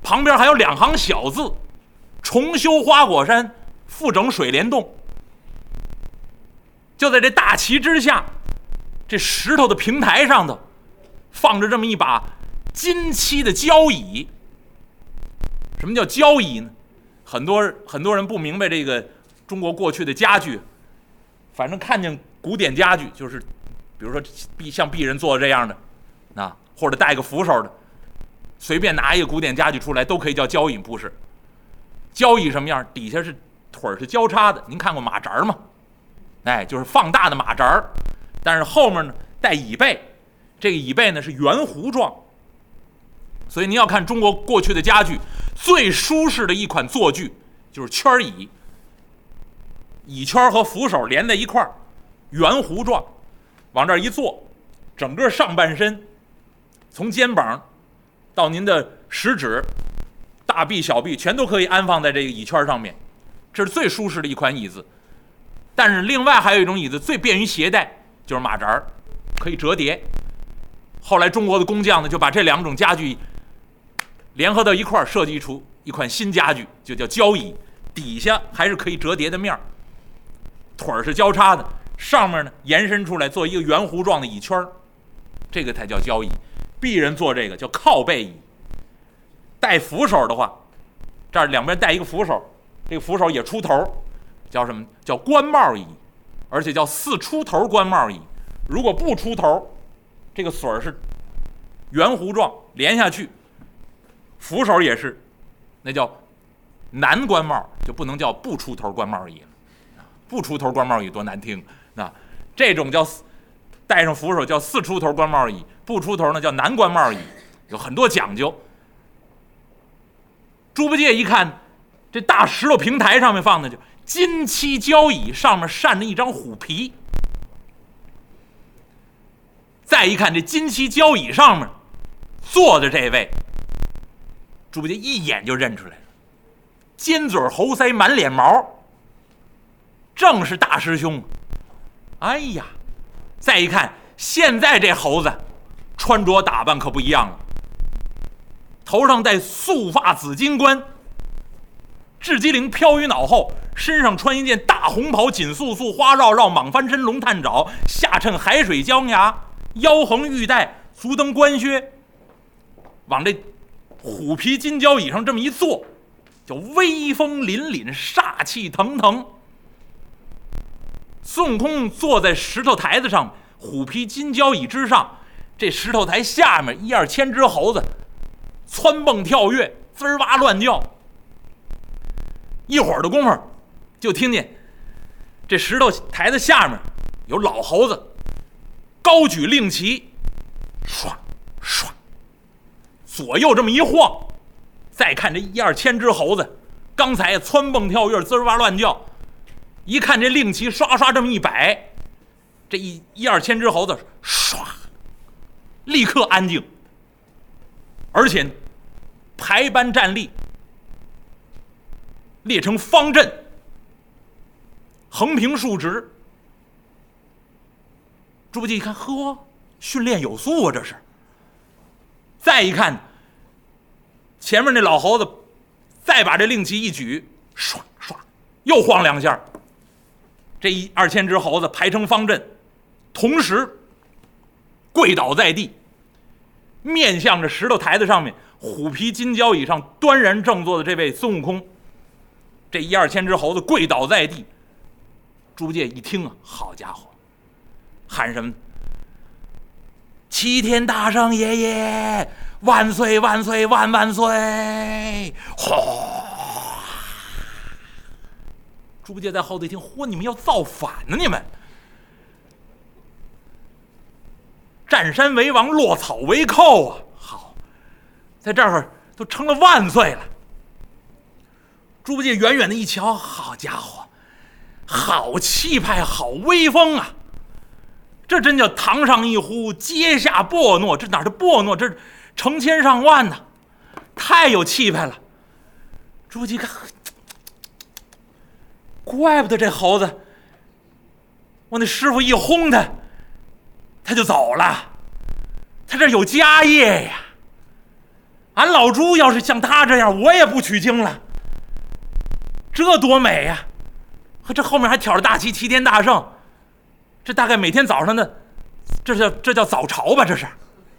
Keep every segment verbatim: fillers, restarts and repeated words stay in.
旁边还有两行小字：重修花果山，复整水帘洞。就在这大旗之下，这石头的平台上头放着这么一把金漆的交椅。什么叫交椅呢？很多很多人不明白这个中国过去的家具，反正看见古典家具，就是比如说像鄙人做的这样的，啊，或者带个扶手的，随便拿一个古典家具出来都可以叫交椅，不是？交椅什么样？底下是腿是交叉的，您看过马扎吗？哎，就是放大的马扎，但是后面呢带椅背，这个椅背呢是圆弧状。所以您要看中国过去的家具，最舒适的一款坐具就是圈椅，椅圈和扶手连在一块儿，圆弧状，往这儿一坐，整个上半身从肩膀到您的食指、大臂、小臂全都可以安放在这个椅圈上面，这是最舒适的一款椅子。但是另外还有一种椅子最便于携带，就是马扎，可以折叠。后来中国的工匠呢就把这两种家具联合到一块儿，设计出一款新家具，就叫交椅，底下还是可以折叠的面，腿是交叉的，上面呢延伸出来做一个圆弧状的椅圈，这个才叫交椅。鄙人做这个叫靠背椅。带扶手的话，这儿两边带一个扶手，这个扶手也出头，叫什么？叫官帽椅，而且叫四出头官帽椅。如果不出头，这个锁是圆弧状连下去，扶手也是，那叫南官帽，就不能叫不出头官帽椅了。不出头官帽椅多难听，那这种叫带上扶手叫四出头官帽椅，不出头呢叫南官帽椅，有很多讲究。猪八戒一看，这大石头平台上面放的就金漆交椅，上面扇着一张虎皮。再一看这金漆交椅上面坐的这位，猪八戒一眼就认出来了，尖嘴猴腮满脸毛，正是大师兄。哎呀，再一看现在这猴子穿着打扮可不一样了，头上戴素发紫金冠，雉鸡翎飘于脑后，身上穿一件大红袍，锦素素花绕绕，蟒翻身龙探爪，下衬海水江崖，腰横玉带，足蹬官靴，往这虎皮金交椅上这么一坐，叫威风凛凛，煞气腾腾。孙悟空坐在石头台子上，虎皮金交椅之上，这石头台下面一二千只猴子蹿蹦跳跃，滋儿哇乱叫。一会儿的功夫，就听见这石头台子下面有老猴子高举令旗，唰唰，左右这么一晃。再看这一二千只猴子，刚才蹿蹦跳跃，滋儿哇乱叫，一看这令旗刷刷这么一摆，这一一二千只猴子唰，立刻安静，而且排班站立，列成方阵，横平竖直。猪八戒一看，呵，训练有素啊，这是。再一看，前面那老猴子再把这令旗一举，唰唰，又晃两下，这一二千只猴子排成方阵，同时跪倒在地，面向着石头台子上面虎皮金交椅上端然正坐的这位孙悟空。这一二千只猴子跪倒在地，猪八戒一听啊，好家伙，喊什么？齐天大圣爷爷万岁万岁万万岁！哗！猪八戒在后头一听，嚯，你们要造反呢！你们占山为王，落草为寇啊！好，在这儿都成了万岁了。猪八戒远远的一瞧，好家伙，好气派，好威风啊！这真叫堂上一呼，阶下簸诺。这哪是簸诺，这成千上万呢，太有气派了。猪八戒看，怪不得这猴子，我那师傅一轰他，他就走了，他这有家业呀！ 俺老朱要是像他这样，我也不取经了。这多美呀！和这后面还挑着大旗，齐天大圣。这大概每天早上的，这叫这叫早朝吧？这是。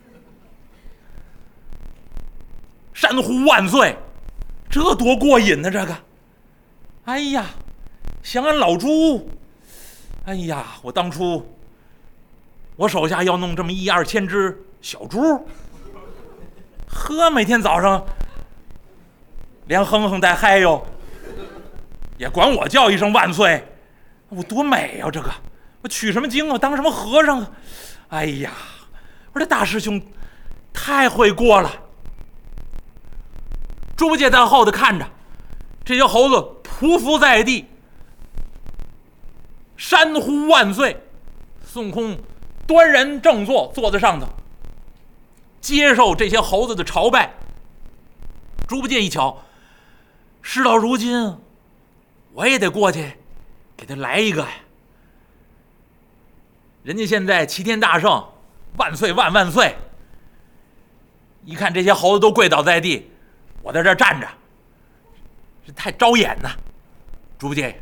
山呼万岁，这多过瘾呢！这个，哎呀，想俺老朱，哎呀，我当初我手下要弄这么一二千只小猪，呵，每天早上连哼哼带嗨哟，也管我叫一声万岁，我多美啊！这个，我取什么经啊？当什么和尚啊？哎呀，我说这大师兄太会过了。猪八戒在后头看着，这些猴子匍匐在地，山呼万岁。孙悟空端然正坐，坐在上头，接受这些猴子的朝拜。猪八戒一瞧，事到如今，我也得过去给他来一个呀。人家现在齐天大圣，万岁万万岁！一看这些猴子都跪倒在地，我在这儿站着，这太招眼呐！猪八戒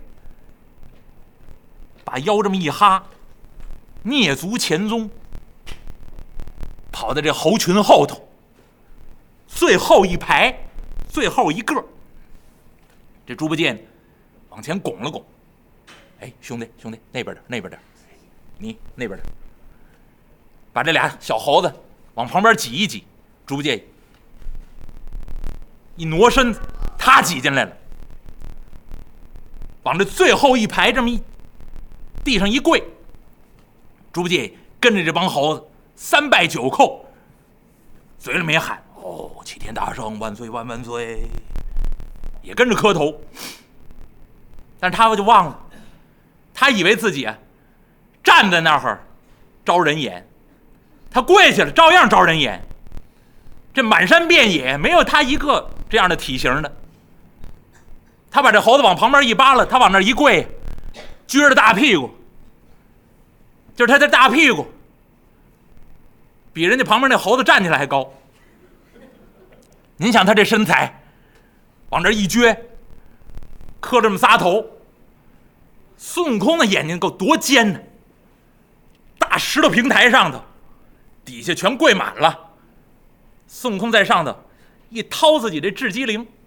把腰这么一哈，蹑足潜踪，跑到这猴群后头，最后一排，最后一个。这猪八戒往前拱了拱，哎，兄弟兄弟，那边的那边的，你那边的，把这俩小猴子往旁边挤一挤。猪八戒一挪身子，他挤进来了，往这最后一排这么一地上一跪。猪八戒跟着这帮猴子三拜九叩，嘴里面喊：“哦，齐天大圣万岁万万岁！”也跟着磕头。但是他就忘了，他以为自己啊站在那儿招人眼，他跪下了照样招人眼。这满山遍野没有他一个这样的体型的。他把这猴子往旁边一扒拉，他往那一跪，撅着大屁股，就是他的大屁股比人家旁边那猴子站起来还高。您想他这身材往这一撅，磕这么仨头。孙悟空的眼睛够多尖呢，大石头平台上头底下全跪满了。孙悟空在上头一掏自己这雉鸡翎，呀，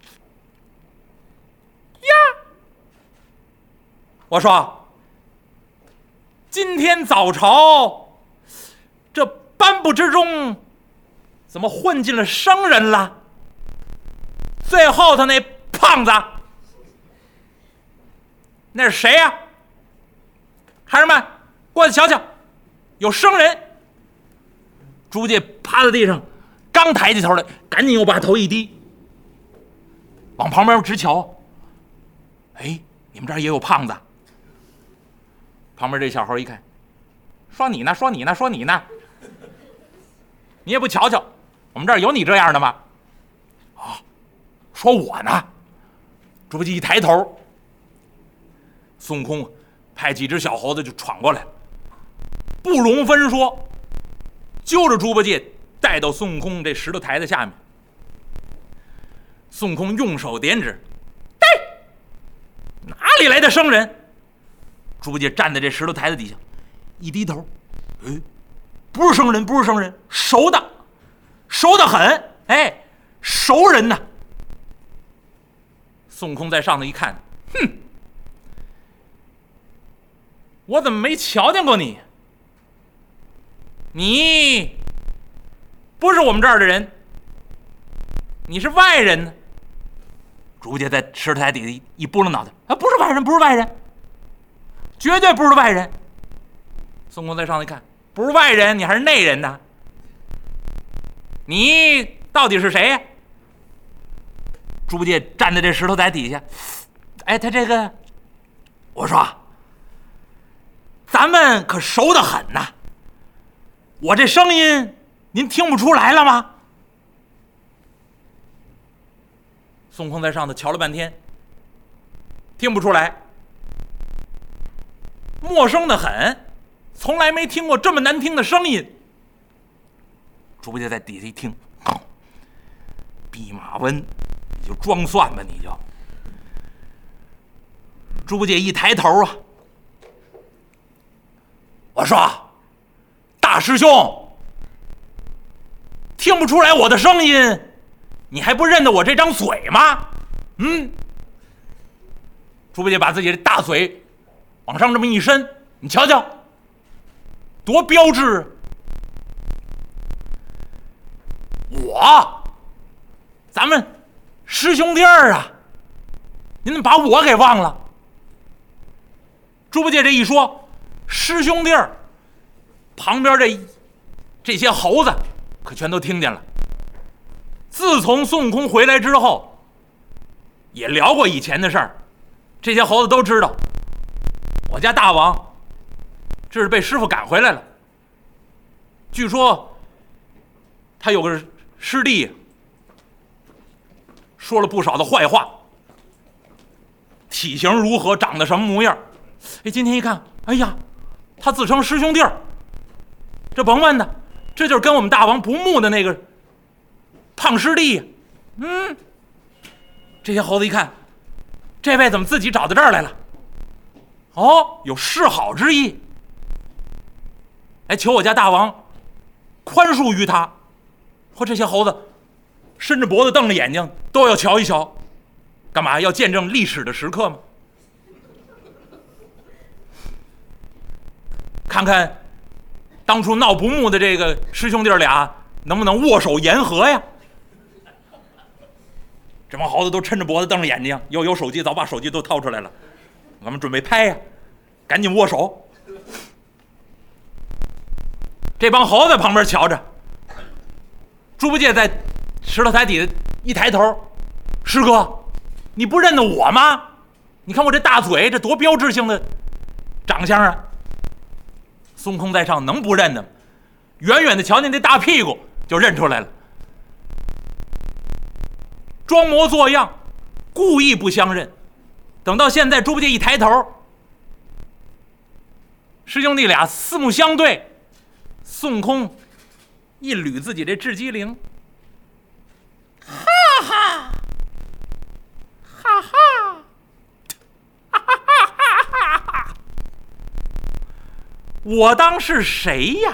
我说今天早朝这颁布之中怎么混进了生人了？最后头那胖子那是谁呀？孩儿们过来瞧瞧，有生人。猪八戒趴在地上，刚抬起头来，赶紧又把头一低，往旁边直瞧。哎，你们这儿也有胖子？旁边这小猴一看，说你呢，说你呢，说你呢，你也不瞧瞧，我们这儿有你这样的吗？啊，说我呢。猪八戒一抬头，孙悟空派几只小猴子就闯过来，不容分说，揪着猪八戒带到孙悟空这石头台子下面。孙悟空用手点指，对，哪里来的生人？猪八戒站在这石头台子底下，一低头，哎，不是生人，不是生人，熟的，熟的很，哎，熟人呐。孙悟空在上头一看，哼，我怎么没瞧见过你？你不是我们这儿的人，你是外人呢。猪八戒在石头台底下一拨了脑袋，啊，不是外人，不是外人，绝对不是外人。孙悟空在上头一看，不是外人，你还是内人呢？你到底是谁呀？猪八戒站在这石头台底下，哎，他这个，我说，咱们可熟得很呐。我这声音您听不出来了吗？孙悟空在上头瞧了半天，听不出来，陌生的很，从来没听过这么难听的声音。猪八戒在底下一听， 弼马温，你就装蒜吧，你就。猪八戒一抬头啊，我说：“大师兄，听不出来我的声音，你还不认得我这张嘴吗？”嗯。猪八戒把自己的大嘴往上这么一伸，你瞧瞧，多标致！我，咱们师兄弟儿啊，您怎么把我给忘了？猪八戒这一说，师兄弟儿，旁边这这些猴子可全都听见了。自从孙悟空回来之后，也聊过以前的事儿，这些猴子都知道，我家大王这是被师傅赶回来了。据说他有个师弟说了不少的坏话，体型如何，长得什么模样。哎，今天一看，哎呀，他自称师兄弟儿，这甭问的，这就是跟我们大王不睦的那个胖师弟。嗯，这些猴子一看，这位怎么自己找到这儿来了？哦，有示好之意，来求我家大王宽恕于他。或这些猴子伸着脖子瞪着眼睛，都要瞧一瞧，干嘛？要见证历史的时刻吗？看看当初闹不睦的这个师兄弟俩能不能握手言和呀？这帮猴子都抻着脖子瞪着眼睛，又有手机早把手机都掏出来了，我们准备拍呀，赶紧握手。这帮猴子旁边瞧着，猪八戒在石头台底下一抬头，师哥，你不认得我吗？你看我这大嘴，这多标志性的长相啊！孙悟空在上能不认得吗？远远的瞧见这大屁股就认出来了，装模作样，故意不相认。等到现在猪八戒一抬头，师兄弟俩四目相对，孙悟空一捋自己这雉鸡翎，哈哈哈哈哈哈哈哈哈，我当是谁呀？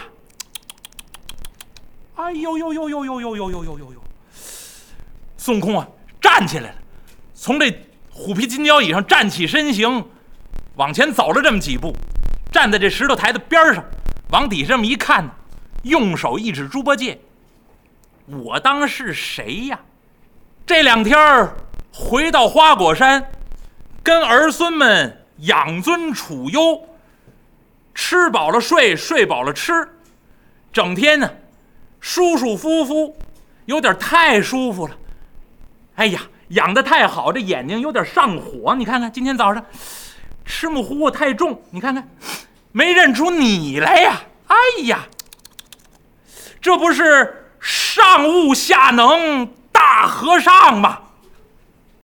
哎呦呦呦呦呦呦呦呦呦呦呦！孙悟空啊，站起来了，从这虎皮金交椅上站起身形，往前走了这么几步，站在这石头台的边上，往底下这么一看，用手一指猪八戒：“我当是谁呀？这两天回到花果山，跟儿孙们养尊处优，吃饱了睡，睡饱了吃，整天呢舒舒服服，有点太舒服了。哎呀，养得太好，这眼睛有点上火。你看看今天早上吃木糊太重，你看看没认出你来呀！哎呀，这不是上悟下能大和尚吗？